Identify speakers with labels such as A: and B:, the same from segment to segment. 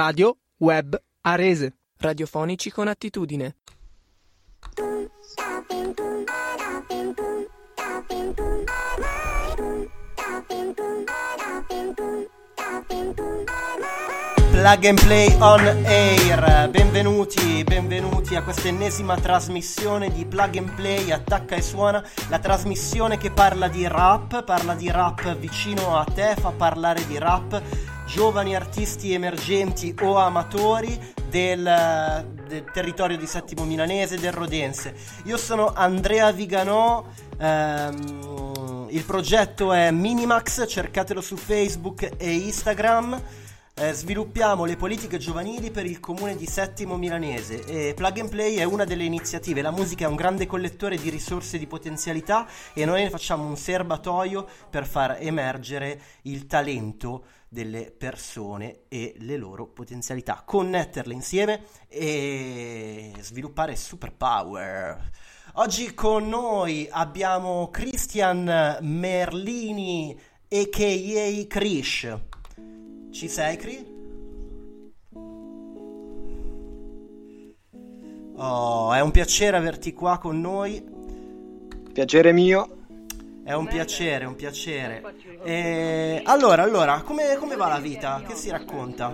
A: Radio Web Arese.
B: Radiofonici con attitudine.
C: Plug and Play on Air, benvenuti a questa ennesima trasmissione di Plug and Play Attacca e Suona, la trasmissione che parla di rap vicino a te, fa parlare di rap giovani artisti emergenti o amatori del territorio di Settimo Milanese, del Rodense. Io sono Andrea Viganò, il progetto è Minimax, cercatelo su Facebook e Instagram. Sviluppiamo le politiche giovanili per il comune di Settimo Milanese e Plug and Play è una delle iniziative. La musica è un grande collettore di risorse e di potenzialità e noi ne facciamo un serbatoio per far emergere il talento delle persone e le loro potenzialità, connetterle insieme e sviluppare superpower. Oggi con noi abbiamo Christian Merlini a.k.a. Krish. Ci sei, Cri? Oh, è un piacere averti qua con noi.
D: Piacere mio.
C: È un piacere. Allora, come va la vita? Che si racconta?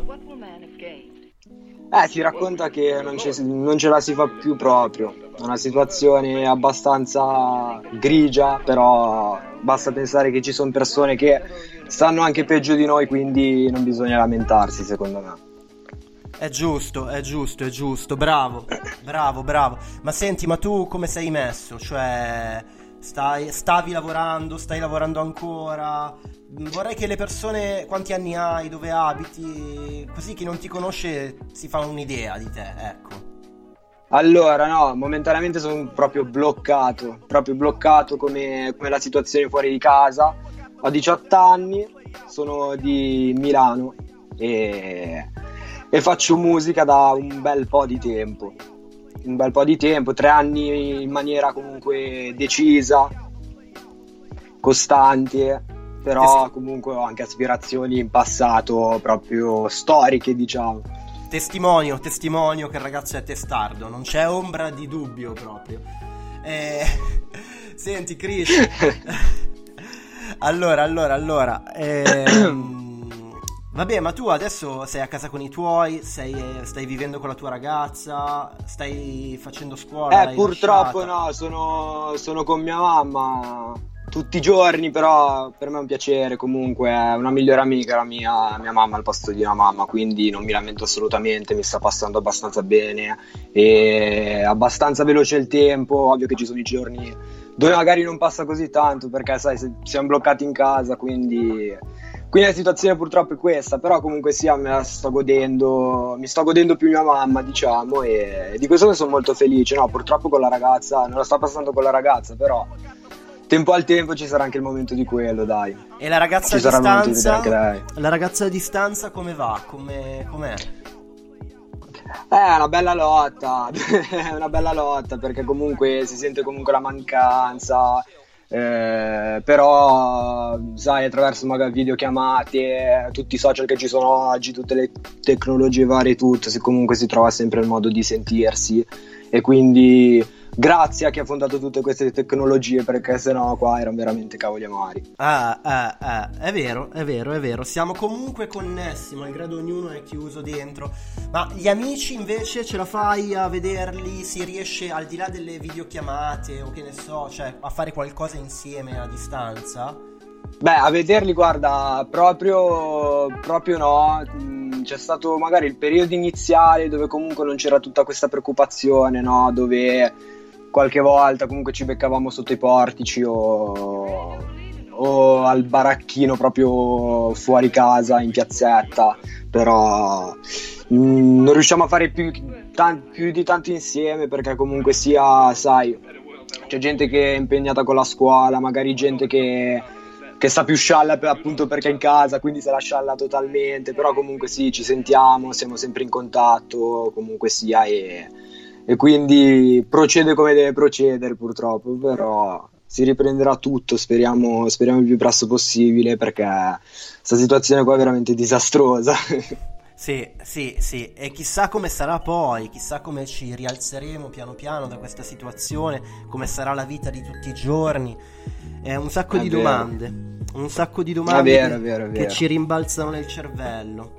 D: Si racconta che non ce la si fa più proprio. È una situazione abbastanza grigia, però basta pensare che ci sono persone che stanno anche peggio di noi, quindi non bisogna lamentarsi, secondo me.
C: È giusto, bravo. Ma senti, ma tu come sei messo? Cioè, stai lavorando ancora? Vorrei che le persone, quanti anni hai, dove abiti, così chi non ti conosce si fa un'idea di te, ecco.
D: Allora, no, momentaneamente sono proprio bloccato come la situazione fuori di casa. Ho 18 anni, sono di Milano e faccio musica da un bel po' di tempo, 3 anni in maniera comunque decisa, costante, però comunque ho anche aspirazioni in passato proprio storiche, diciamo.
C: Testimonio che il ragazzo è testardo, non c'è ombra di dubbio proprio. Senti, Chris. Allora. Vabbè, ma tu adesso sei a casa con i tuoi, stai vivendo con la tua ragazza, stai facendo scuola?
D: Purtroppo lasciata? No, sono con mia mamma tutti i giorni, però per me è un piacere, comunque è una migliore amica la mia mamma al posto di una mamma, quindi non mi lamento assolutamente, mi sta passando abbastanza bene e abbastanza veloce il tempo. Ovvio che ci sono i giorni dove magari non passa così tanto, perché sai, siamo bloccati in casa, quindi la situazione purtroppo è questa, però comunque sia mi sto godendo più mia mamma, diciamo, e di questo ne sono molto felice. No, purtroppo con la ragazza non la sto passando con la ragazza, però tempo al tempo ci sarà anche il momento di quello, dai.
C: E la ragazza a distanza? La ragazza a distanza come va? Com'è?
D: È una bella lotta, perché comunque si sente comunque la mancanza, però sai, attraverso magari videochiamate, tutti i social che ci sono oggi, tutte le tecnologie varie, tutto, comunque si trova sempre il modo di sentirsi, e quindi grazie a chi ha fondato tutte queste tecnologie, perché sennò qua erano veramente cavoli amari.
C: È vero, siamo comunque connessi, malgrado ognuno è chiuso dentro. Ma gli amici invece ce la fai a vederli? Si riesce, al di là delle videochiamate o che ne so, cioè a fare qualcosa insieme a distanza?
D: Beh, a vederli, guarda, proprio no. C'è stato magari il periodo iniziale dove comunque non c'era tutta questa preoccupazione, no? Dove qualche volta comunque ci beccavamo sotto i portici o al baracchino proprio fuori casa, in piazzetta, però non riusciamo a fare più di tanto insieme, perché comunque sia, sai, c'è gente che è impegnata con la scuola, magari gente che sta più scialla appunto perché è in casa, quindi se la scialla totalmente, però comunque sì, ci sentiamo, siamo sempre in contatto, comunque sia, e quindi procede come deve procedere, purtroppo, però si riprenderà tutto, speriamo il più presto possibile, perché questa situazione qua è veramente disastrosa.
C: Sì, sì, sì, e chissà come sarà poi, chissà come ci rialzeremo piano piano da questa situazione, come sarà la vita di tutti i giorni. Un sacco di domande, un sacco di domande
D: È vero.
C: che ci rimbalzano nel cervello.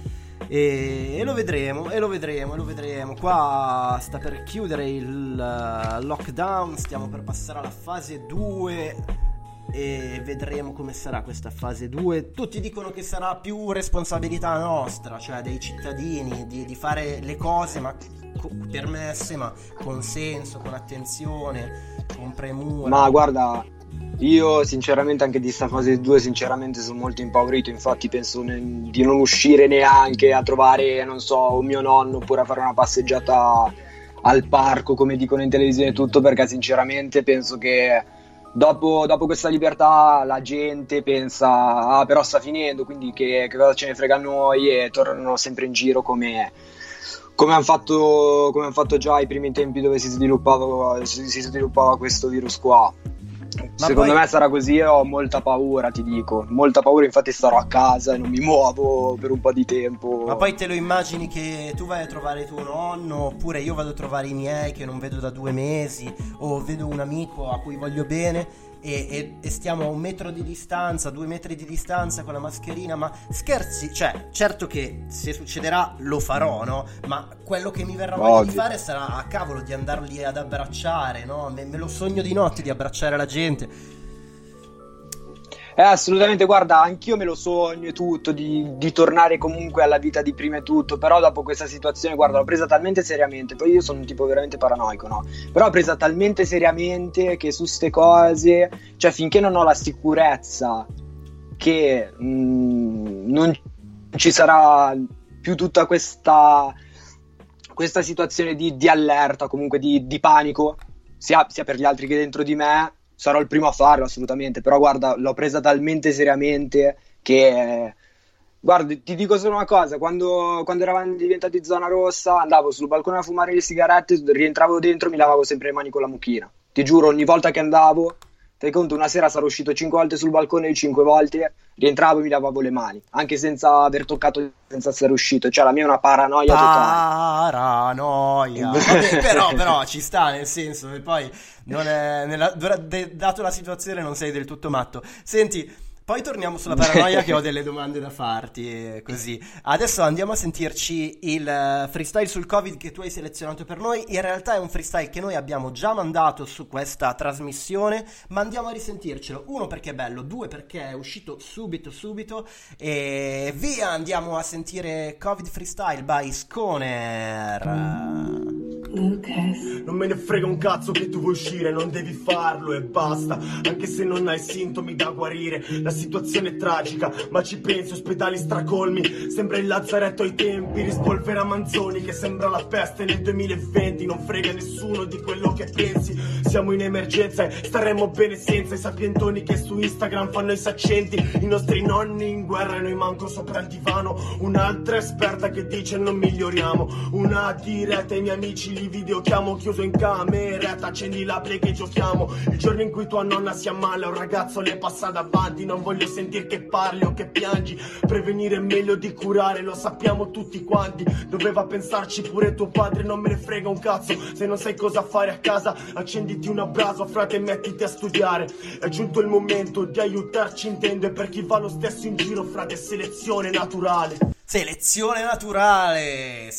C: E lo vedremo, e lo vedremo. Qua sta per chiudere il lockdown, stiamo per passare alla fase 2 e vedremo come sarà questa fase 2. Tutti dicono che sarà più responsabilità nostra, cioè dei cittadini, di fare le cose ma permesse, ma con senso, con attenzione, con premura.
D: Ma guarda, io sinceramente anche di sta fase 2 sinceramente sono molto impaurito, infatti penso di non uscire neanche a trovare, non so, un mio nonno oppure a fare una passeggiata al parco come dicono in televisione e tutto, perché sinceramente penso che dopo questa libertà la gente pensa però sta finendo, quindi che cosa ce ne frega a noi, e tornano sempre in giro come hanno fatto già ai primi tempi dove si sviluppava questo virus qua. Secondo me sarà così e ho molta paura, ti dico, molta paura, infatti starò a casa e non mi muovo per un po' di tempo.
C: Ma poi te lo immagini che tu vai a trovare tuo nonno, oppure io vado a trovare i miei che non vedo da 2 mesi, o vedo un amico a cui voglio bene e stiamo a 1 metro di distanza, 2 metri di distanza con la mascherina, ma scherzi, cioè certo che se succederà lo farò, no? Ma quello che mi verrà voglia di fare sarà cavolo di andarli ad abbracciare, no? Me lo sogno di notte di abbracciare la gente.
D: Assolutamente, guarda, anch'io me lo sogno e tutto, di tornare comunque alla vita di prima e tutto, però dopo questa situazione, guarda, l'ho presa talmente seriamente, poi io sono un tipo veramente paranoico, no? Però l'ho presa talmente seriamente che su ste cose, cioè finché non ho la sicurezza che non ci sarà più tutta questa situazione di allerta, comunque di panico, sia per gli altri che dentro di me, sarò il primo a farlo assolutamente, però guarda, l'ho presa talmente seriamente che, guarda, ti dico solo una cosa, quando eravamo diventati zona rossa andavo sul balcone a fumare le sigarette, rientravo dentro, mi lavavo sempre le mani con la mucchina, ti giuro, ogni volta che andavo, fai conto, una sera sarò uscito 5 volte sul balcone, 5 volte rientravo e mi lavavo le mani, anche senza aver toccato, senza essere uscito, cioè la mia è una paranoia totale.
C: Paranoia. Vabbè, però ci sta, nel senso che poi non è dato la situazione non sei del tutto matto. Senti, poi torniamo sulla paranoia che ho delle domande da farti, così. Adesso andiamo a sentirci il freestyle sul Covid che tu hai selezionato per noi. In realtà è un freestyle che noi abbiamo già mandato su questa trasmissione, ma andiamo a risentircelo. 1 perché è bello, 2 perché è uscito subito e via, andiamo a sentire Covid Freestyle by Sconer.
E: Lucas. Non me ne frega un cazzo che tu vuoi uscire, non devi farlo e basta, anche se non hai sintomi da guarire. La situazione è tragica, ma ci pensi, ospedali stracolmi, sembra il lazzaretto ai tempi, rispolvera Manzoni che sembra la peste nel 2020, non frega nessuno di quello che pensi, siamo in emergenza e staremmo bene senza i sapientoni che su Instagram fanno i saccenti, i nostri nonni in guerra e noi manco sopra il divano, un'altra esperta che dice non miglioriamo, una diretta ai miei amici li videochiamo, chiuso in cameretta, accendi la play che giochiamo, il giorno in cui tua nonna si ammala un ragazzo le passa davanti, non voglio sentire che parli o che piangi, prevenire è meglio di curare, lo sappiamo tutti quanti, doveva pensarci pure tuo padre, non me ne frega un cazzo, se non sai cosa fare a casa, accenditi un abbraccio frate e mettiti a studiare, è giunto il momento di aiutarci intendo, e per chi va lo stesso in giro frate, selezione naturale.
C: Selezione naturale.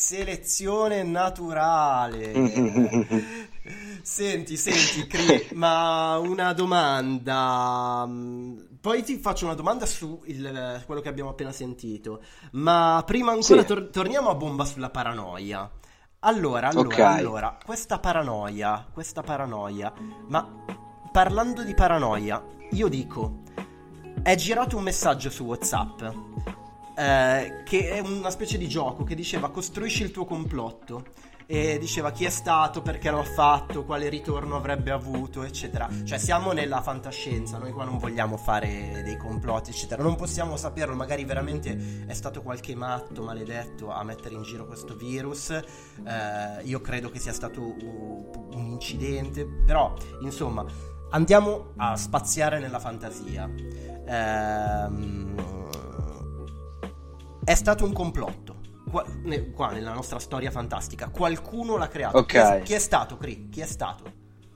C: Senti, Cri, ma una domanda. Poi ti faccio una domanda su quello che abbiamo appena sentito. Ma prima ancora torniamo a bomba sulla paranoia. Allora, questa paranoia. Ma parlando di paranoia, io dico, è girato un messaggio su WhatsApp. Che è una specie di gioco che diceva costruisci il tuo complotto e diceva chi è stato, perché lo ha fatto, quale ritorno avrebbe avuto, eccetera. Cioè siamo nella fantascienza, noi qua non vogliamo fare dei complotti, eccetera, non possiamo saperlo, magari veramente è stato qualche matto maledetto a mettere in giro questo virus, io credo che sia stato un incidente, però insomma andiamo a spaziare nella fantasia. È stato un complotto. qua nella nostra storia fantastica, qualcuno l'ha creato.
D: Ok.
C: Chi è stato, Cri? Chi è stato?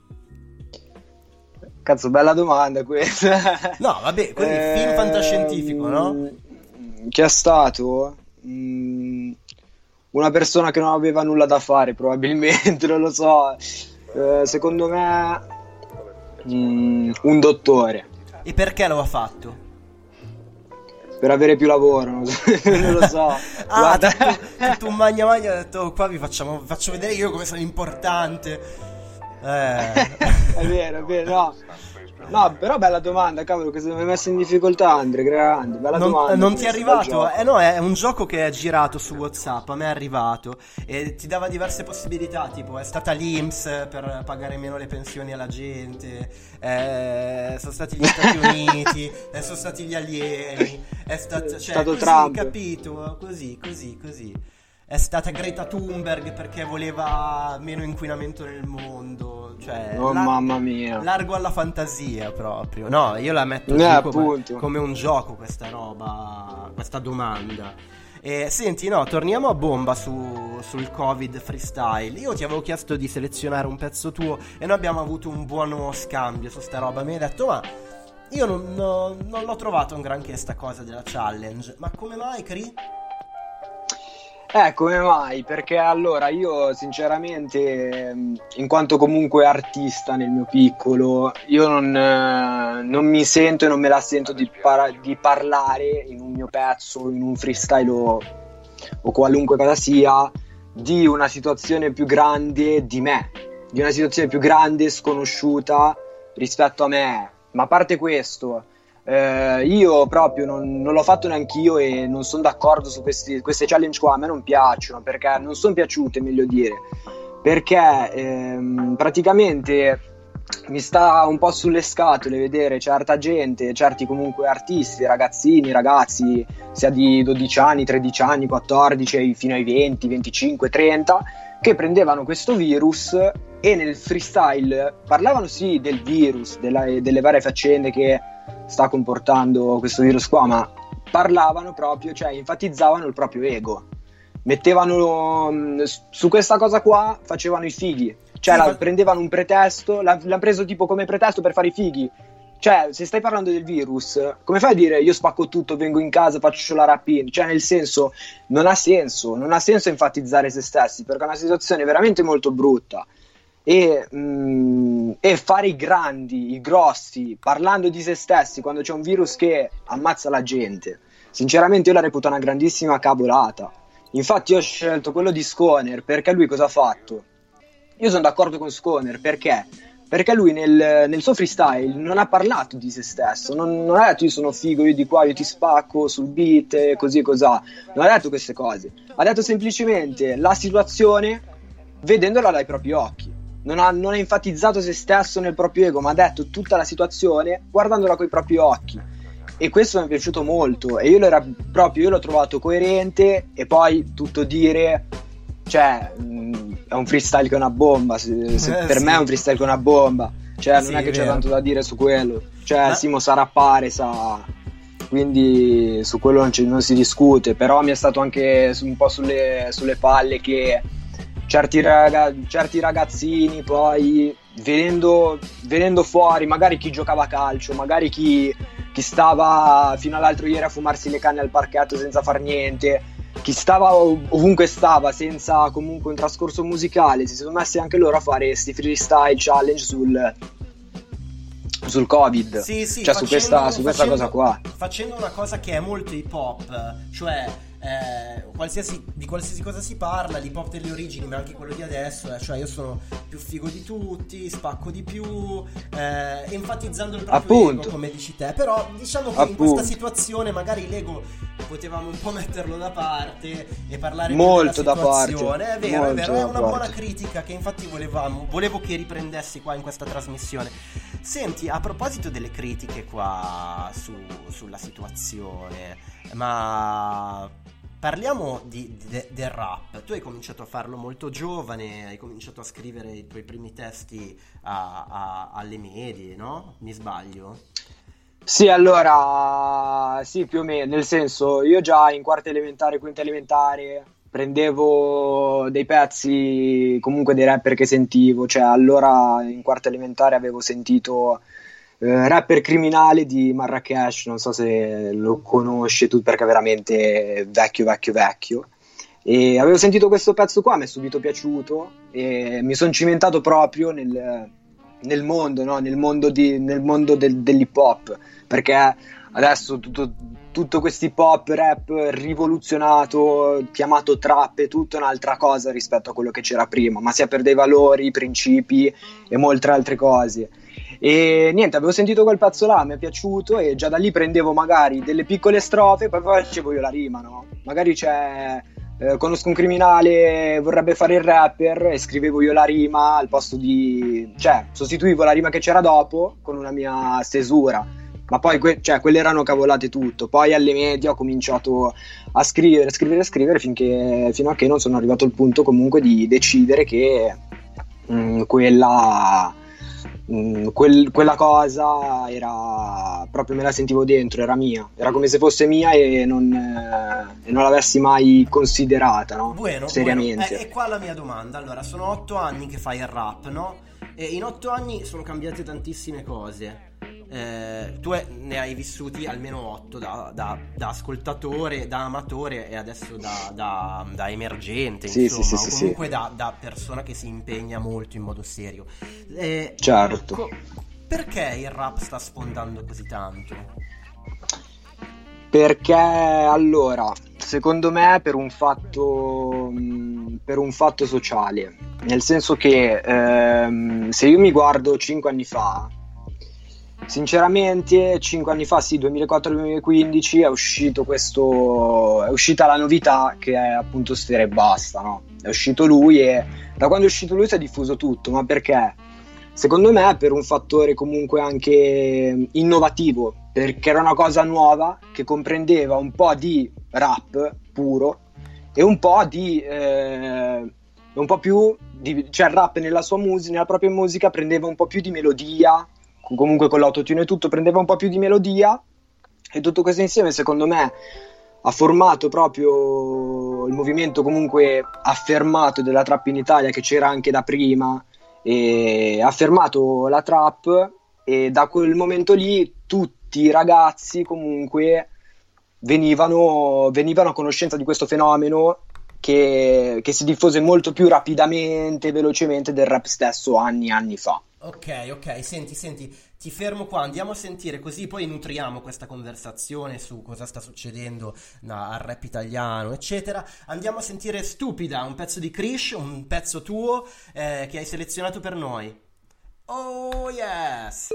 D: Cazzo, bella domanda questa.
C: No, vabbè, così, film fantascientifico, no?
D: Chi è stato? Una persona che non aveva nulla da fare, probabilmente, non lo so. Secondo me, un dottore.
C: E perché lo ha fatto?
D: Per avere più lavoro, non lo so. Guarda.
C: tutto un magna ha detto, qua faccio vedere io come sono importante.
D: È vero, no. No, però bella domanda, cavolo, che se mi hai messo in difficoltà, Andre, grande, bella domanda.
C: Non ti è arrivato? No, è un gioco che è girato su WhatsApp, a me è arrivato e ti dava diverse possibilità, tipo è stata l'INPS per pagare meno le pensioni alla gente, sono stati gli Stati Uniti, sono stati gli alieni, è stato così,
D: Trump.
C: capito? Così. È stata Greta Thunberg perché voleva meno inquinamento nel mondo. Cioè,
D: mamma mia.
C: Largo alla fantasia proprio. No, io la metto come un gioco questa roba, questa domanda. E senti, no, torniamo a bomba sul Covid freestyle. Io ti avevo chiesto di selezionare un pezzo tuo e noi abbiamo avuto un buono scambio su sta roba. Mi hai detto, ma io non l'ho trovato un granché sta cosa della challenge. Ma come mai, Cri?
D: Come mai? Perché allora io sinceramente, in quanto comunque artista nel mio piccolo, io non mi sento e non me la sento di parlare in un mio pezzo, in un freestyle o qualunque cosa sia, di una situazione più grande di me, di una situazione più grande, sconosciuta rispetto a me. Ma a parte questo, io proprio non l'ho fatto neanch'io e non sono d'accordo su queste challenge qua. A me non piacciono, perché non sono piaciute, meglio dire, perché praticamente mi sta un po' sulle scatole vedere certa gente, certi comunque artisti, ragazzi, sia di 12 anni, 13 anni, 14 fino ai 20, 25, 30, che prendevano questo virus e nel freestyle parlavano sì del virus, delle varie faccende che sta comportando questo virus qua, ma parlavano proprio, cioè enfatizzavano il proprio ego, mettevano su questa cosa qua, facevano i fighi, cioè prendevano un pretesto, l'hanno preso tipo come pretesto per fare i fighi. Cioè, se stai parlando del virus, come fai a dire io spacco tutto, vengo in casa, faccio la rapina? Cioè, nel senso, non ha senso enfatizzare se stessi, perché è una situazione veramente molto brutta. E fare i grandi, i grossi, parlando di se stessi quando c'è un virus che ammazza la gente, sinceramente io la reputo una grandissima cavolata. Infatti io ho scelto quello di Sconer, perché lui cosa ha fatto? Io sono d'accordo con Sconer, perché lui nel suo freestyle non ha parlato di se stesso, non ha detto io sono figo, io di qua, io ti spacco sul beat, così e cos'ha, non ha detto queste cose, ha detto semplicemente la situazione vedendola dai propri occhi. Non ha enfatizzato se stesso nel proprio ego, ma ha detto tutta la situazione guardandola coi propri occhi, e questo mi è piaciuto molto e io l'ho trovato coerente. E poi tutto dire, cioè è un freestyle che è una bomba, per me è un freestyle che è una bomba, cioè non è che c'è tanto da dire su quello, cioè Simo sa rappare, quindi su quello non si discute. Però mi è stato anche un po' sulle palle che certi ragazzini poi venendo fuori, magari chi giocava a calcio, magari chi stava fino all'altro ieri a fumarsi le canne al parchetto senza far niente, chi stava ovunque stava senza comunque un trascorso musicale, si sono messi anche loro a fare questi freestyle challenge sul Covid, cioè su questa cosa qua,
C: facendo una cosa che è molto hip hop, cioè di qualsiasi cosa si parla, l'hip hop delle origini, ma anche quello di adesso, cioè io sono più figo di tutti, spacco di più, enfatizzando il proprio ego, come dici te. Però diciamo che in questa situazione magari l'ego potevamo un po' metterlo da parte e parlare
D: molto
C: della situazione.
D: Da parte.
C: È vero, è una buona critica che infatti volevo che riprendessi qua in questa trasmissione. Senti, a proposito delle critiche qua sulla situazione, ma parliamo del rap. Tu hai cominciato a farlo molto giovane, hai cominciato a scrivere i tuoi primi testi alle medie, no? Mi sbaglio?
D: Sì, allora, sì, più o meno, nel senso, io già in quarta elementare, quinta elementare, prendevo dei pezzi, comunque dei rapper che sentivo, cioè allora in quarta elementare avevo sentito Rapper Criminale di Marracash, non so se lo conosci tu perché è veramente vecchio, e avevo sentito questo pezzo qua, mi è subito piaciuto e mi sono cimentato proprio nel mondo, no? nel mondo dell'hip hop, perché adesso tutto questo hip hop rap rivoluzionato, chiamato trap, è tutta un'altra cosa rispetto a quello che c'era prima, ma sia per dei valori, principi e molte altre cose. E niente, avevo sentito quel pezzo là, mi è piaciuto e già da lì prendevo magari delle piccole strofe, poi facevo io la rima, no? Magari conosco un criminale, vorrebbe fare il rapper e scrivevo io la rima al posto di... cioè sostituivo la rima che c'era dopo con una mia stesura, ma poi quelle erano cavolate tutto. Poi alle medie ho cominciato a scrivere fino a che non sono arrivato al punto comunque di decidere che quella cosa era proprio, me la sentivo dentro, era mia, era come se fosse mia e non l'avessi mai considerata, no? Seriamente.
C: E qua la mia domanda. Allora, sono 8 anni che fai il rap, no? E in 8 anni sono cambiate tantissime cose. Tu ne hai vissuti almeno 8 da ascoltatore, da amatore e adesso da emergente, insomma, o comunque da persona che si impegna molto in modo serio.
D: Certo.
C: Perché il rap sta sfondando così tanto?
D: Perché allora, secondo me per un fatto sociale, nel senso che se io mi guardo 5 anni fa, sinceramente 5 anni fa, sì, 2004-2015 è uscita la novità che è appunto Sfera Ebbasta, no? È uscito lui e da quando è uscito lui si è diffuso tutto, ma perché? Secondo me per un fattore comunque anche innovativo, perché era una cosa nuova che comprendeva un po' di rap puro e un po' più cioè il rap nella sua musica, nella propria musica prendeva un po' più di melodia, comunque con l'autotune e tutto prendeva un po' più di melodia, e tutto questo insieme secondo me ha formato proprio il movimento comunque affermato della trap in Italia, che c'era anche da prima, e ha fermato la trap, e da quel momento lì tutti i ragazzi comunque venivano a conoscenza di questo fenomeno che si diffuse molto più rapidamente e velocemente del rap stesso anni fa.
C: Ok, senti, ti fermo qua, andiamo a sentire, così poi nutriamo questa conversazione su cosa sta succedendo al rap italiano, eccetera. Andiamo a sentire Stupida, un pezzo di Krish, un pezzo tuo che hai selezionato per noi. Oh yes!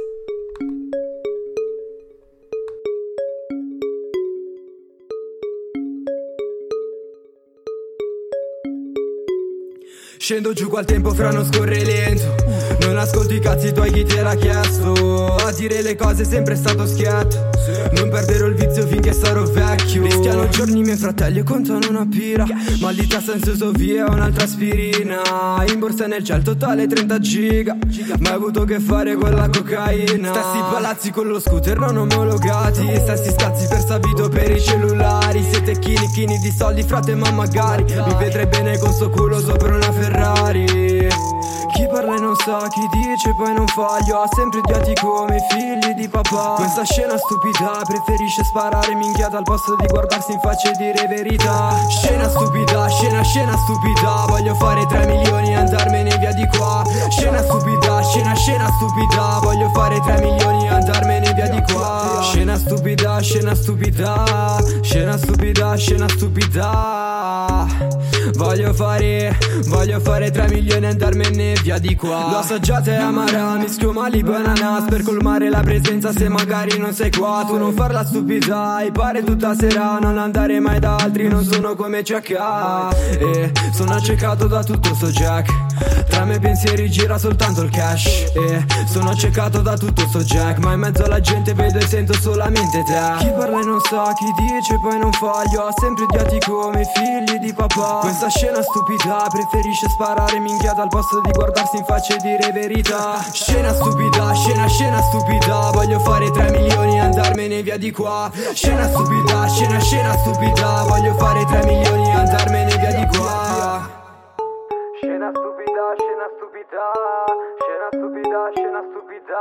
F: Scendo giù qua il tempo fra non scorre lento. Non ascolti i cazzi tuoi, chi te l'ha chiesto. A dire le cose è sempre stato schietto. Non perderò il vizio finché sarò vecchio. Rischiano giorni i miei fratelli e contano una pira. Mal di testa in senso via un'altra aspirina. In borsa nel gel totale 30 giga. Mai avuto che fare con la cocaina. Stessi palazzi con lo scooter non omologati. Stessi scazzi per Sabito per i cellulari. Siete chini di soldi frate, ma magari mi vedrai bene con sto culo sopra una Ferrari. Chi parla e non sa, chi dice poi non fa. Li ho sempre odiati come i figli di papà. Questa scena stupida preferisce sparare minchiata al posto di guardarsi in faccia e dire verità. Scena stupida, scena stupida. Voglio fare 3 milioni e andarmene via di qua. Scena stupida, scena stupida. Voglio fare 3 milioni e andarmene via di qua. Scena stupida, scena stupida. Scena stupida, scena stupida. Voglio fare 3 milioni e andarmene via di qua. L'ho assaggiata e amara, mischio Malibu e ananas per colmare la presenza se magari non sei qua. Tu non farla stupida, e pare tutta sera non andare mai da altri, non sono come CK. E sono accecato da tutto sto jack. Tra i miei pensieri gira soltanto il cash. E sono accecato da tutto sto jack, ma in mezzo alla gente vedo e sento solamente te. Chi parla e non sa, chi dice poi non fa. Li ho sempre odiati come i figli di papà. questa scena stupida, preferisce sparare minchiata al posto di guardarsi in faccia e dire verità. Scena stupida, scena stupida, voglio fare 3 milioni e andarmene via di qua. Scena stupida, scena stupida, voglio fare 3 milioni e andarmene via di qua. Scena stupida, scena stupida, scena stupida, scena stupida,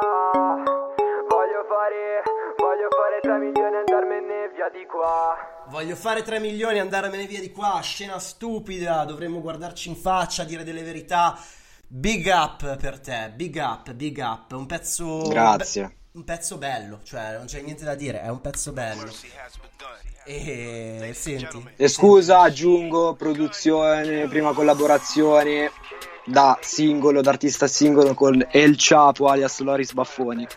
F: voglio fare 3 milioni e andarmene via di qua.
C: Voglio fare 3 milioni e andarmene via di qua. Scena stupida, dovremmo guardarci in faccia, dire delle verità. Big up per te, big up. Un pezzo...
D: Grazie.
C: Un pezzo bello, cioè non c'è niente da dire, è un pezzo bello. E senti.
D: E scusa, aggiungo produzione, prima collaborazione da singolo, d'artista singolo con El Chapo alias Loris Baffoni.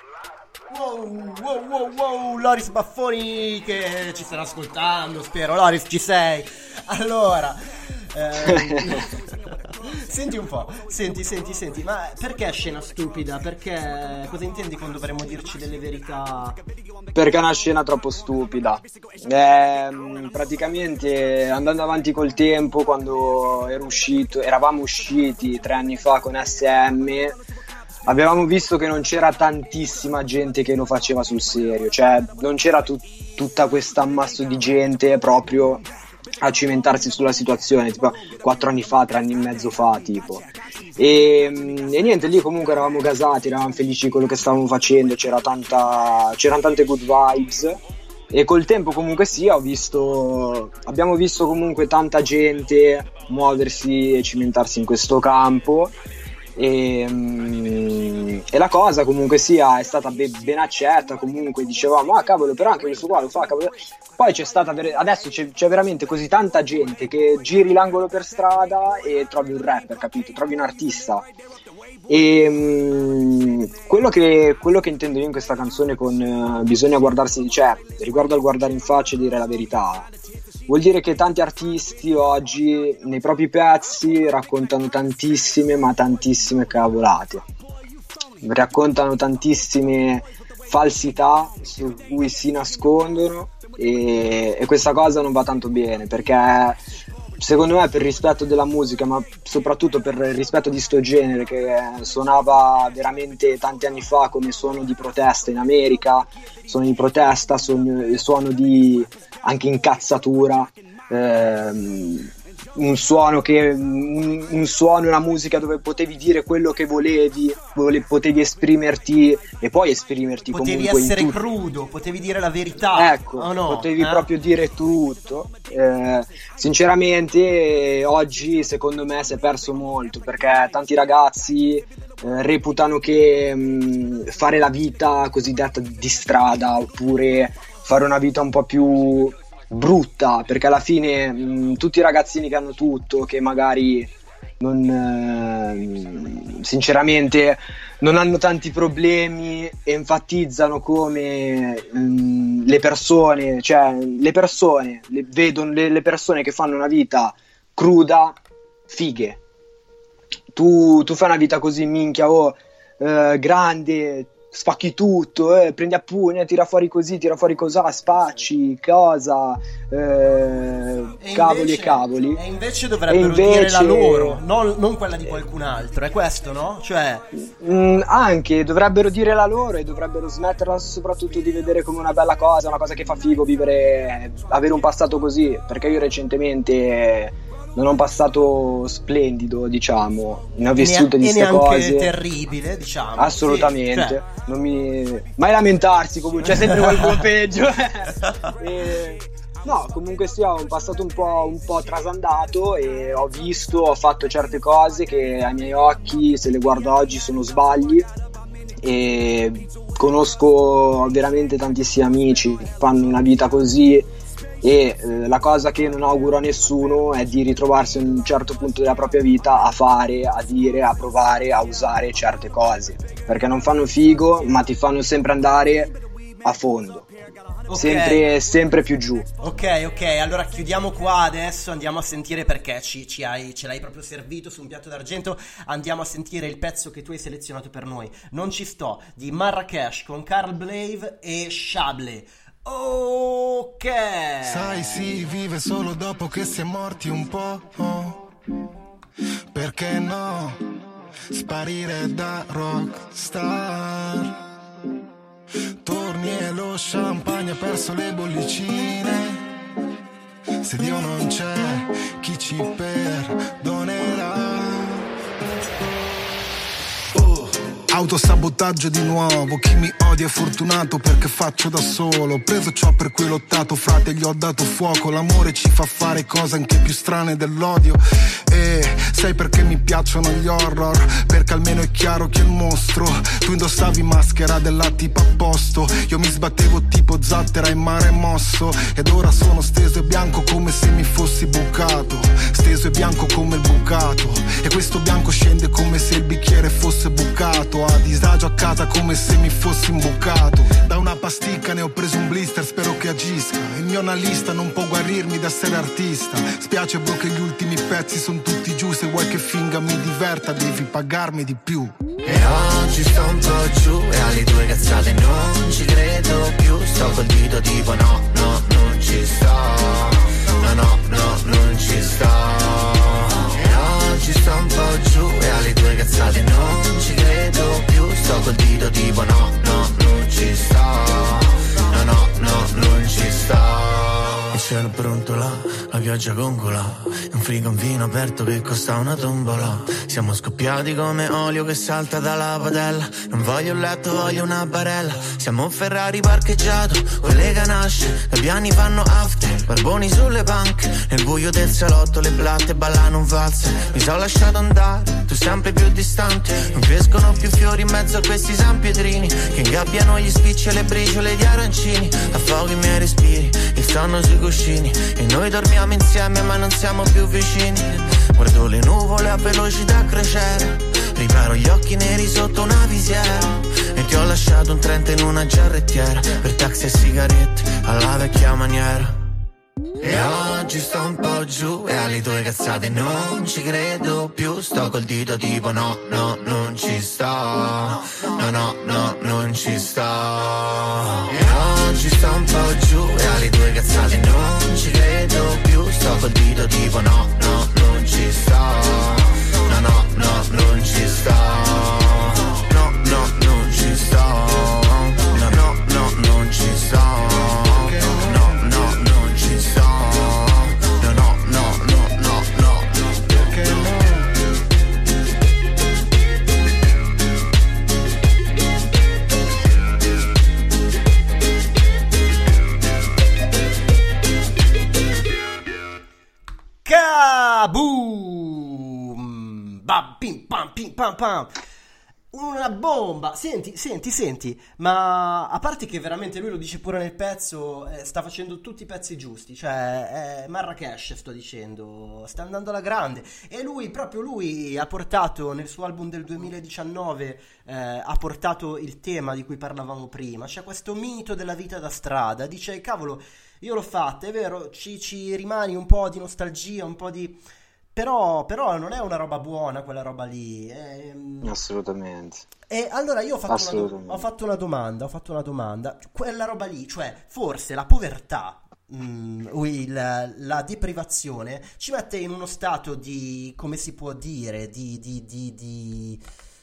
C: Wow, Loris Baffoni che ci starà ascoltando, spero. Loris, ci sei? Allora, senti un po', senti, ma perché scena stupida? Perché cosa intendi con dovremmo dirci delle verità?
D: Perché è una scena troppo stupida. Praticamente andando avanti col tempo, quando eravamo usciti 3 anni fa con SM, avevamo visto che non c'era tantissima gente che lo faceva sul serio, cioè non c'era tutta questa ammasso di gente proprio a cimentarsi sulla situazione, tipo 4 anni fa, 3 anni e mezzo fa, tipo. E niente, lì comunque eravamo gasati, eravamo felici di quello che stavamo facendo, c'erano tante good vibes. E col tempo comunque sì, abbiamo visto comunque tanta gente muoversi e cimentarsi in questo campo. E la cosa comunque sia è stata ben accetta, comunque dicevamo cavolo, però anche questo qua lo fa, cavolo. Poi adesso c'è veramente così tanta gente che giri l'angolo per strada e trovi un rapper, capito? Trovi un artista. E quello che intendo io in questa canzone con bisogna guardarsi, cioè riguardo al guardare in faccia e dire la verità, vuol dire che tanti artisti oggi nei propri pezzi raccontano tantissime cavolate, raccontano tantissime falsità su cui si nascondono, e questa cosa non va tanto bene, perché secondo me per rispetto della musica, ma soprattutto per il rispetto di sto genere che suonava veramente tanti anni fa come suono di protesta in America, suono di protesta, suono di anche incazzatura, un suono, una musica dove potevi dire quello che volevi, potevi esprimerti e poi esprimerti
C: potevi
D: comunque
C: essere crudo, potevi dire la verità,
D: ecco,
C: o no?
D: Potevi proprio dire tutto. Sinceramente oggi secondo me si è perso molto, perché tanti ragazzi reputano che fare la vita cosiddetta di strada, oppure fare una vita un po' più brutta, perché alla fine tutti i ragazzini che hanno tutto, che magari sinceramente non hanno tanti problemi, enfatizzano come le persone vedono le persone che fanno una vita cruda fighe. Tu fai una vita così, minchia, grande, spacchi tutto, prendi a pugni, tira fuori così, tira fuori cosà, spacci, cosa, cavoli e cavoli.
C: E invece dovrebbero dire la loro, non quella di qualcun altro, è questo, no? Cioè
D: anche dovrebbero dire la loro, e dovrebbero smetterla soprattutto di vedere come una bella cosa, una cosa che fa figo avere un passato così, perché io recentemente non ho un passato splendido, diciamo, ne ho vissute di queste cose.
C: E neanche terribile, diciamo.
D: Assolutamente, sì, cioè. Non mi... mai lamentarsi, comunque c'è sempre qualcuno peggio. No, comunque sia un passato un po' trasandato, e ho fatto certe cose che ai miei occhi, se le guardo oggi, sono sbagli, e conosco veramente tantissimi amici che fanno una vita così. E la cosa che non auguro a nessuno è di ritrovarsi a un certo punto della propria vita a fare, a dire, a provare, a usare certe cose, perché non fanno figo, ma ti fanno sempre andare a fondo, okay. sempre più giù.
C: Ok, allora chiudiamo qua adesso, andiamo a sentire, perché ce l'hai proprio servito su un piatto d'argento. Andiamo a sentire il pezzo che tu hai selezionato per noi, Non ci sto, di Marrakesh con Carl Blave e Shable. Ok.
G: Sai, si vive solo dopo che si è morti un po'. Perché no? Sparire da rockstar. Torni e lo champagne ha perso le bollicine. Se Dio non c'è, chi ci perdonerà? Autosabotaggio di nuovo, chi mi odia è fortunato perché faccio da solo. Ho preso ciò per cui ho lottato, frate, gli ho dato fuoco. L'amore ci fa fare cose anche più strane dell'odio. E sai perché mi piacciono gli horror? Perché almeno è chiaro chi è il mostro. Tu indossavi maschera della tipa a posto, io mi sbattevo tipo zattera in mare mosso. Ed ora sono steso e bianco come se mi fossi bucato, steso e bianco come il bucato. E questo bianco scende come se il bicchiere fosse bucato. A disagio a casa come se mi fossi imbucato. Da una pasticca ne ho preso un blister, spero che agisca. Il mio analista non può guarirmi da essere artista. Spiace bro che gli ultimi pezzi sono tutti giù. Se vuoi che finga mi diverta devi pagarmi di più.
H: E oggi sto un po' giù e alle tue cazzate non ci credo più. Sto col dito tipo no, no, non ci sto. No, no, no, non ci sto. E oggi sto un po' giù e alle tue cazzate non ci credo più. Sto col dito tipo no, no, non ci sto. No, no, no, non ci sto. Il cielo brontola, la pioggia gongola, un frigo in vino aperto che costa una tombola. Siamo scoppiati come olio che salta dalla padella. Non voglio un letto, voglio una barella. Siamo un Ferrari parcheggiato, con le ganasce, da piani fanno after, barboni sulle panche. Nel buio del salotto le blatte ballano un valzer. Mi sono lasciato andare, tu sempre più distante. Non crescono più fiori in mezzo a questi sanpietrini che ingabbiano gli spicci e le briciole di arancini. Affogo i miei respiri, il sonno sui cuscini, e noi dormiamo insieme ma non siamo più vicini. Guardo le nuvole a velocità crociera, riparo gli occhi neri sotto una visiera. E ti ho lasciato un 30 in una giarrettiera, per taxi e sigarette alla vecchia maniera. E oggi sto un po' giù e alle tue cazzate non ci credo più. Sto col dito tipo no, no, non ci sto. No, no, no, non ci sto. E oggi sto un po' giù e alle tue cazzate non ci credo più. Sto col dito tipo no, no, non ci sto. No, no, no, non ci sto. No, no, non ci sto. No, no, no, non ci sto.
C: Kaboom! Bam, pim, pam, pam. Una bomba. Senti, ma a parte che veramente lui lo dice pure nel pezzo, sta facendo tutti i pezzi giusti, cioè Marrakesh, sto dicendo, sta andando alla grande. E lui, proprio lui, ha portato nel suo album del 2019, ha portato il tema di cui parlavamo prima. C'è questo mito della vita da strada, dice cavolo, io l'ho fatta, è vero, ci rimani un po' di nostalgia, un po' di... Però non è una roba buona quella roba lì.
D: Assolutamente.
C: E allora io ho fatto una domanda. Quella roba lì, cioè forse la povertà, la deprivazione ci mette in uno stato di, come si può dire, di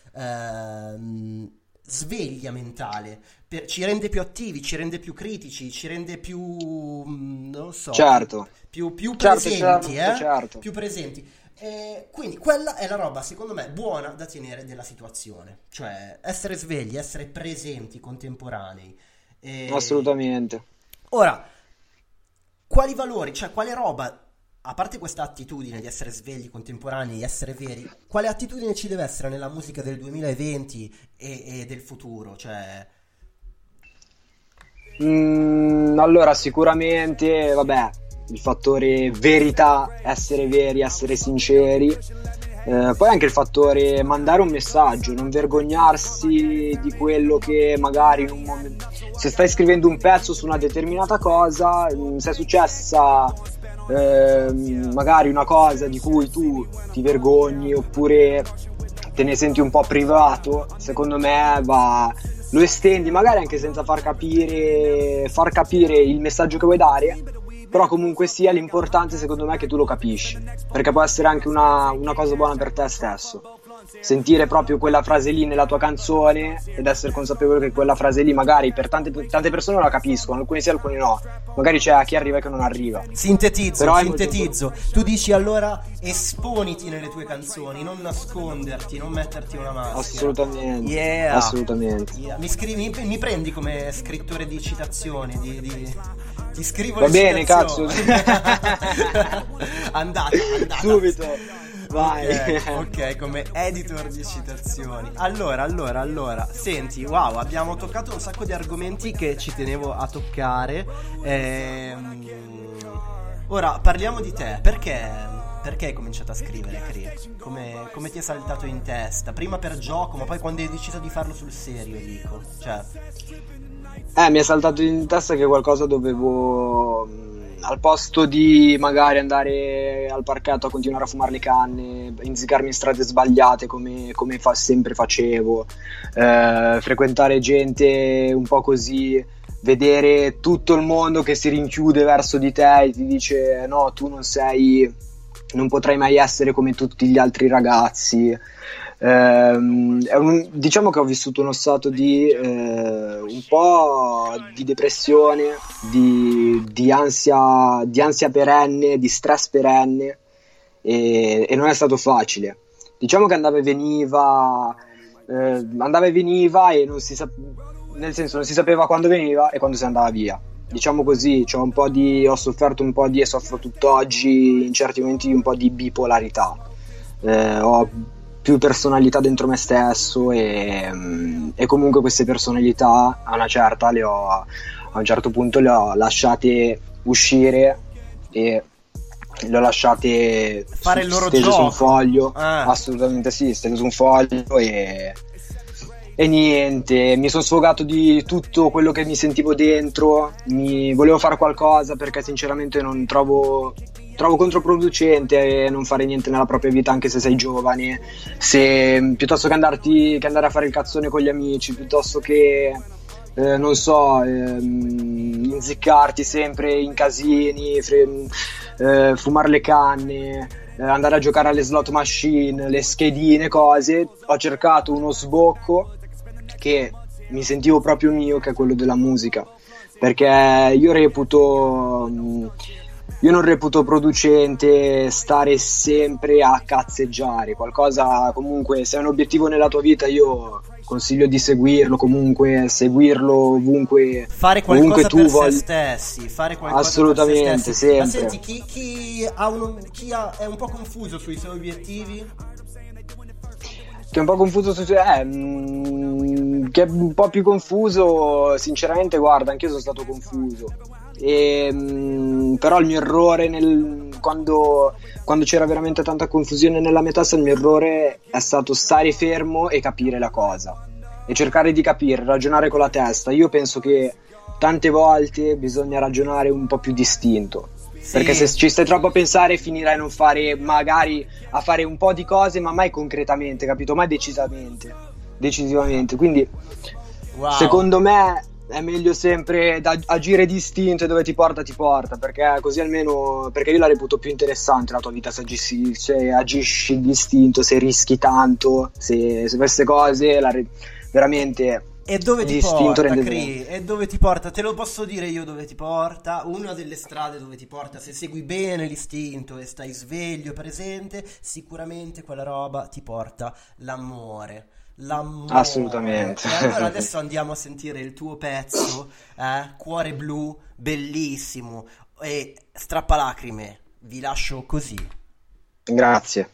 C: sveglia mentale, ci rende più attivi, ci rende più critici, ci rende più, non so,
D: certo,
C: più presenti,
D: certo.
C: Più presenti. Quindi quella è la roba, secondo me, buona da tenere della situazione, cioè essere svegli, essere presenti, contemporanei.
D: Assolutamente.
C: Ora, quali valori, cioè quale roba, a parte questa attitudine di essere svegli, contemporanei, essere veri, quale attitudine ci deve essere nella musica del 2020 e del futuro? Cioè...
D: allora, sicuramente, vabbè, il fattore verità, essere veri, essere sinceri. Poi anche il fattore mandare un messaggio, non vergognarsi di quello che magari in un momento, se stai scrivendo un pezzo su una determinata cosa, se è successa magari una cosa di cui tu ti vergogni oppure te ne senti un po' privato, secondo me lo estendi magari anche senza far capire il messaggio che vuoi dare, però comunque sia l'importante secondo me è che tu lo capisci, perché può essere anche una cosa buona per te stesso, sentire proprio quella frase lì nella tua canzone ed essere consapevole che quella frase lì magari per tante persone la capiscono, alcuni sì, alcuni no, magari c'è chi arriva e che non arriva.
C: Sintetizzo. Tu dici allora esponiti nelle tue canzoni, non nasconderti, non metterti una maschera.
D: Assolutamente.
C: Yeah.
D: Assolutamente.
C: Yeah. Mi prendi come scrittore di citazioni, ti scrivo
D: Va
C: le
D: bene,
C: citazioni.
D: cazzo.
C: andate
D: Subito. Vai.
C: Ok, come editor di citazioni. Allora, senti, wow, abbiamo toccato un sacco di argomenti che ci tenevo a toccare. Ora parliamo di te. Perché hai cominciato a scrivere, Cri? Come ti è saltato in testa? Prima per gioco, ma poi quando hai deciso di farlo sul serio, dico. Cioè,
D: mi è saltato in testa che qualcosa dovevo, al posto di magari andare al parchetto a continuare a fumare le canne, inzicarmi in strade sbagliate come sempre facevo, frequentare gente un po' così, vedere tutto il mondo che si rinchiude verso di te e ti dice no, tu non potrai mai essere come tutti gli altri ragazzi. Diciamo che ho vissuto uno stato di un po' di depressione, di ansia perenne, di stress perenne, e non è stato facile. Diciamo che andava e veniva e non si sapeva quando veniva e quando si andava via. Diciamo così, ho sofferto un po' e soffro tutt'oggi in certi momenti un po' di bipolarità. Ho più personalità dentro me stesso e comunque queste personalità a un certo punto le ho lasciate uscire e le ho lasciate
C: fare il loro
D: stese
C: gioco
D: su un foglio. Assolutamente sì, stese su un foglio e niente, mi sono sfogato di tutto quello che mi sentivo dentro, volevo fare qualcosa perché sinceramente non trovo controproducente non fare niente nella propria vita anche se sei giovane, piuttosto che andare a fare il cazzone con gli amici, piuttosto che inziccarti sempre in casini, fumare le canne, andare a giocare alle slot machine, le schedine, cose. Ho cercato uno sbocco che mi sentivo proprio mio, che è quello della musica, perché io non reputo producente stare sempre a cazzeggiare qualcosa. Comunque, se è un obiettivo nella tua vita, io consiglio di seguirlo, comunque seguirlo ovunque,
C: fare qualcosa
D: ovunque tu
C: per
D: voglia.
C: se stessi, fare qualcosa
D: assolutamente,
C: per se stessi.
D: sempre.
C: Ma senti, chi è un po' confuso sui suoi obiettivi?
D: Che è un po' confuso che è un po' più confuso, sinceramente, guarda, anch'io sono stato confuso. Però il mio errore quando c'era veramente tanta confusione nella mia testa, il mio errore è stato stare fermo e capire la cosa e cercare di capire, ragionare con la testa. Io penso che tante volte bisogna ragionare un po' più distinto, perché se ci stai troppo a pensare finirai a non fare, magari a fare un po' di cose ma mai concretamente, capito? Mai decisivamente. Quindi secondo me è meglio sempre agire distinto e dove ti porta, perché così almeno, perché io la reputo più interessante la tua vita se agisci distinto, se rischi tanto, se queste cose veramente.
C: E dove ti
D: distinto
C: porta, Cri? E dove ti porta? Te lo posso dire io dove ti porta. Una delle strade dove ti porta, se segui bene l'istinto e stai sveglio, presente, sicuramente quella roba ti porta l'amore.
D: Assolutamente.
C: E allora adesso andiamo a sentire il tuo pezzo, Cuore Blu, bellissimo e strappalacrime. Vi lascio così.
D: Grazie.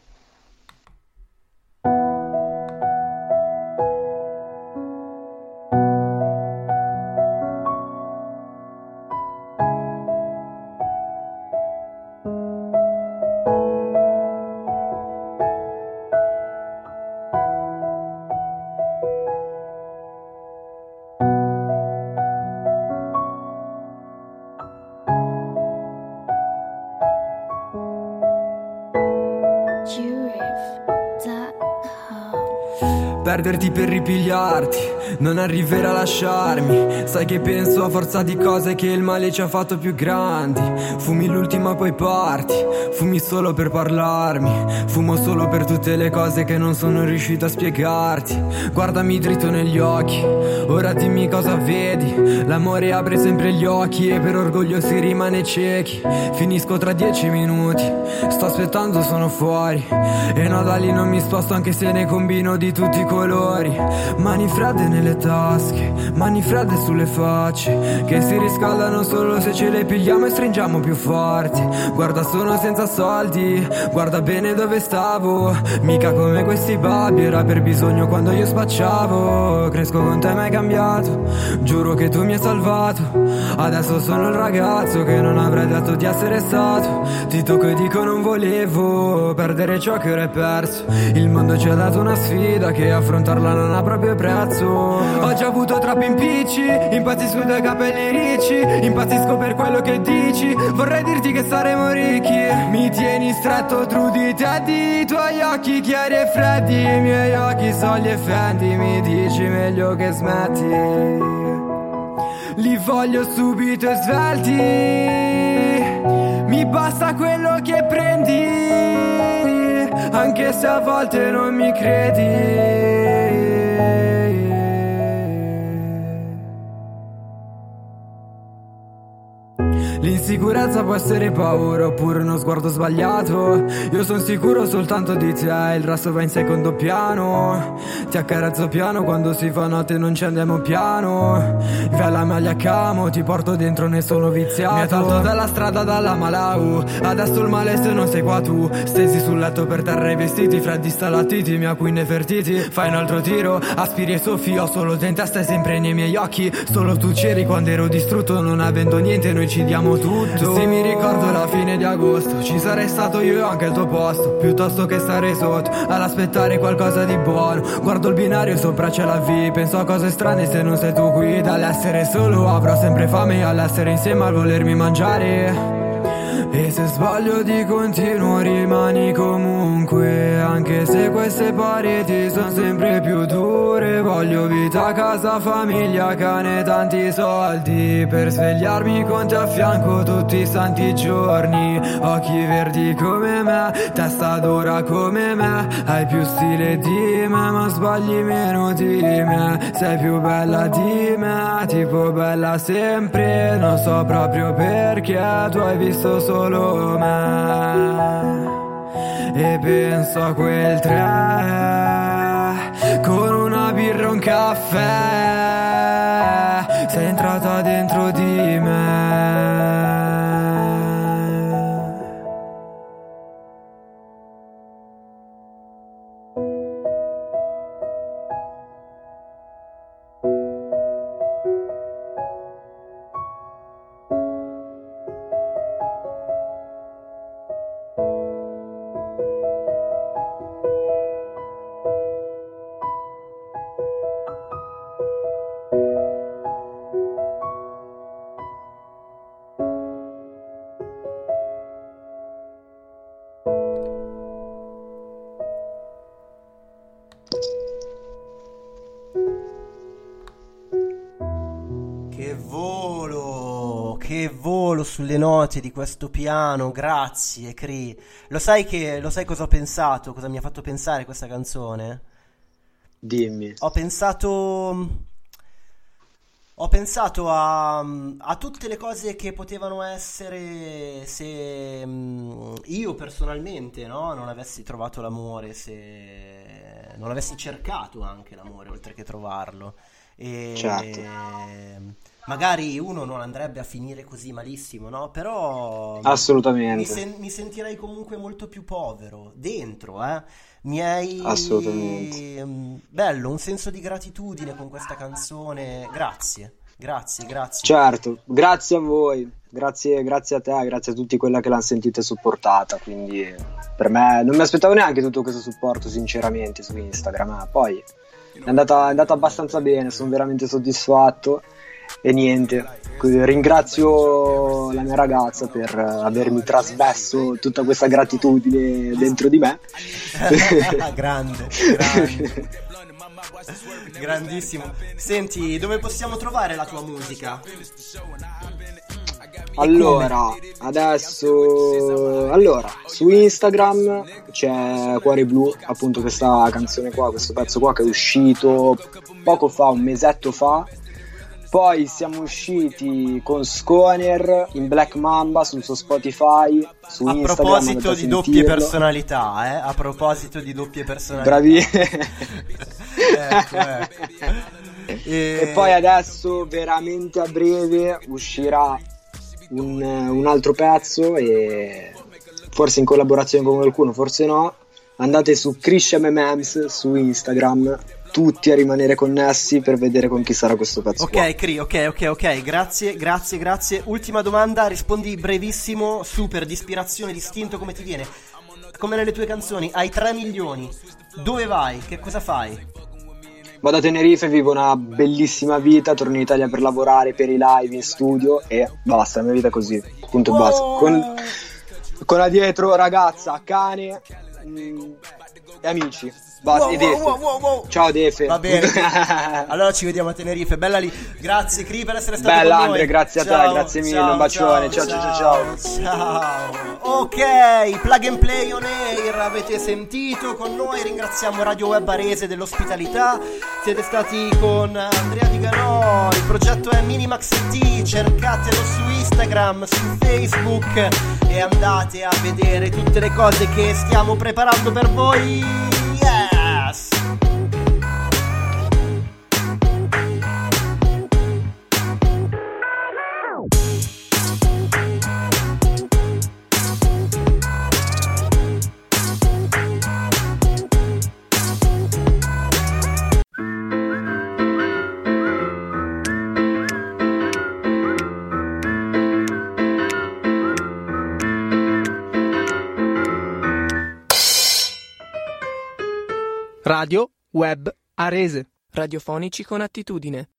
F: Perderti per ripigliarti, non arriverà a lasciarmi. Sai che penso a forza di cose che il male ci ha fatto più grandi. Fumi l'ultima poi parti, fumi solo per parlarmi. Fumo solo per tutte le cose che non sono riuscito a spiegarti. Guardami dritto negli occhi, ora dimmi cosa vedi. L'amore apre sempre gli occhi e per orgoglio si rimane ciechi. Finisco tra 10 minuti, sto aspettando, sono fuori. E no, da lì non mi sposto anche se ne combino di tutti i colori. Mani fredde nelle tasche, mani fredde sulle facce, che si riscaldano solo se ce le pigliamo e stringiamo più forti. Guarda, sono senza soldi, guarda bene dove stavo. Mica come questi babbi, era per bisogno quando io spacciavo. Cresco con te, ma hai cambiato, giuro che tu mi hai salvato. Adesso sono il ragazzo che non avrei detto di essere stato. Ti tocco e dico non volevo perdere ciò che ora hai perso. Il mondo ci ha dato una sfida che affrontarla non ha proprio prezzo. Ho già avuto troppi impicci, impazzisco i tuoi capelli ricci, impazzisco per quello che dici. Vorrei dirti che saremo ricchi. Mi tieni stretto giù di te, di tuoi occhi chiari e freddi. I miei occhi sono gli effetti, mi dici meglio che smetti. Li voglio subito e svelti, mi basta quello che prendi, anche se a volte non mi credi. L'insicurezza può essere paura oppure uno sguardo sbagliato. Io sono sicuro soltanto di te, il resto va in secondo piano. Ti accarezzo piano quando si fa notte, non ci andiamo piano. Via la maglia camo, ti porto dentro, ne sono viziato. Mi hai tolto dalla strada, dalla Malau. Adesso il male se non sei qua tu. Stesi sul letto per terra i vestiti, freddi stalattiti, mia qui nefertiti. Fai un altro tiro, aspiri e soffi, ho solo te in testa e sempre nei miei occhi. Solo tu c'eri quando ero distrutto, non avendo niente noi ci diamo tutto. Se mi ricordo la fine di agosto, ci sarei stato io e anche al tuo posto, piuttosto che stare sotto ad aspettare qualcosa di buono. Guardo il binario sopra c'è la V, penso a cose strane se non sei tu qui. Dall'essere solo avrò sempre fame, all'essere insieme al volermi mangiare. E se sbaglio di continuo rimani comunque, anche se queste pareti sono sempre più dure. Voglio vita, casa, famiglia, cane, tanti soldi, per svegliarmi con te a fianco tutti i santi giorni. Occhi verdi come me, testa dura come me, hai più stile di me ma sbagli meno di me. Sei più bella di me, tipo bella sempre, non so proprio perché tu hai visto solo me. E penso a quel tre con una birra e un caffè, sei entrata dentro di me.
C: Che volo sulle note di questo piano, grazie Cri. Lo sai cosa ho pensato, cosa mi ha fatto pensare questa canzone?
D: Dimmi.
C: Ho pensato a tutte le cose che potevano essere se io personalmente, no, non avessi trovato l'amore, se non avessi cercato anche l'amore oltre che trovarlo. E
D: certo.
C: Magari uno non andrebbe a finire così malissimo, no? Però
D: assolutamente
C: mi sentirei comunque molto più povero dentro, mi hai
D: assolutamente
C: bello, un senso di gratitudine con questa canzone. Grazie.
D: Certo, grazie a voi, grazie a te, grazie a tutti quelli che l'hanno sentita e supportata. Quindi per me non mi aspettavo neanche tutto questo supporto, sinceramente, su Instagram. Poi è andata abbastanza bene, sono veramente soddisfatto. E niente, ringrazio la mia ragazza per avermi trasmesso tutta questa gratitudine dentro di me.
C: grande. Grandissimo. Senti, dove possiamo trovare la tua musica?
D: Allora, su Instagram c'è Cuore Blu, appunto questa canzone qua, questo pezzo qua che è uscito poco fa, un mesetto fa. Poi siamo usciti con Sconer in Black Mamba sul suo Spotify, su
C: a
D: Instagram.
C: Proposito di doppie personalità, a proposito di doppie personalità.
D: Bravi.
C: ecco.
D: E poi adesso veramente a breve uscirà un altro pezzo, e forse in collaborazione con qualcuno, forse no. Andate su Christian MMs su Instagram, tutti a rimanere connessi per vedere con chi sarà questo pezzo.
C: Ok, grazie. Ultima domanda, rispondi brevissimo, super, di ispirazione, distinto, come ti viene? Come nelle tue canzoni, hai 3 milioni, dove vai? Che cosa fai?
D: Vado a Tenerife, vivo una bellissima vita, torno in Italia per lavorare, per i live in studio e basta, la mia vita è così, punto e basta. Con là dietro ragazza, cane e amici. Wow. Ciao Defe.
C: Va bene. Allora ci vediamo a Tenerife. Bella lì. Grazie Cri per essere stato
D: Bella
C: con
D: Andre,
C: noi.
D: grazie a te, grazie mille, un bacione. Ciao.
C: Ok, Plug and Play on Air avete sentito con noi. Ringraziamo Radio Web Arese dell'ospitalità. Siete stati con Andrea Di Ganò. Il progetto è Minimax T. Cercatelo su Instagram, su Facebook e andate a vedere tutte le cose che stiamo preparando per voi. Yes!
A: Radio Web Arese.
B: Radiofonici con attitudine.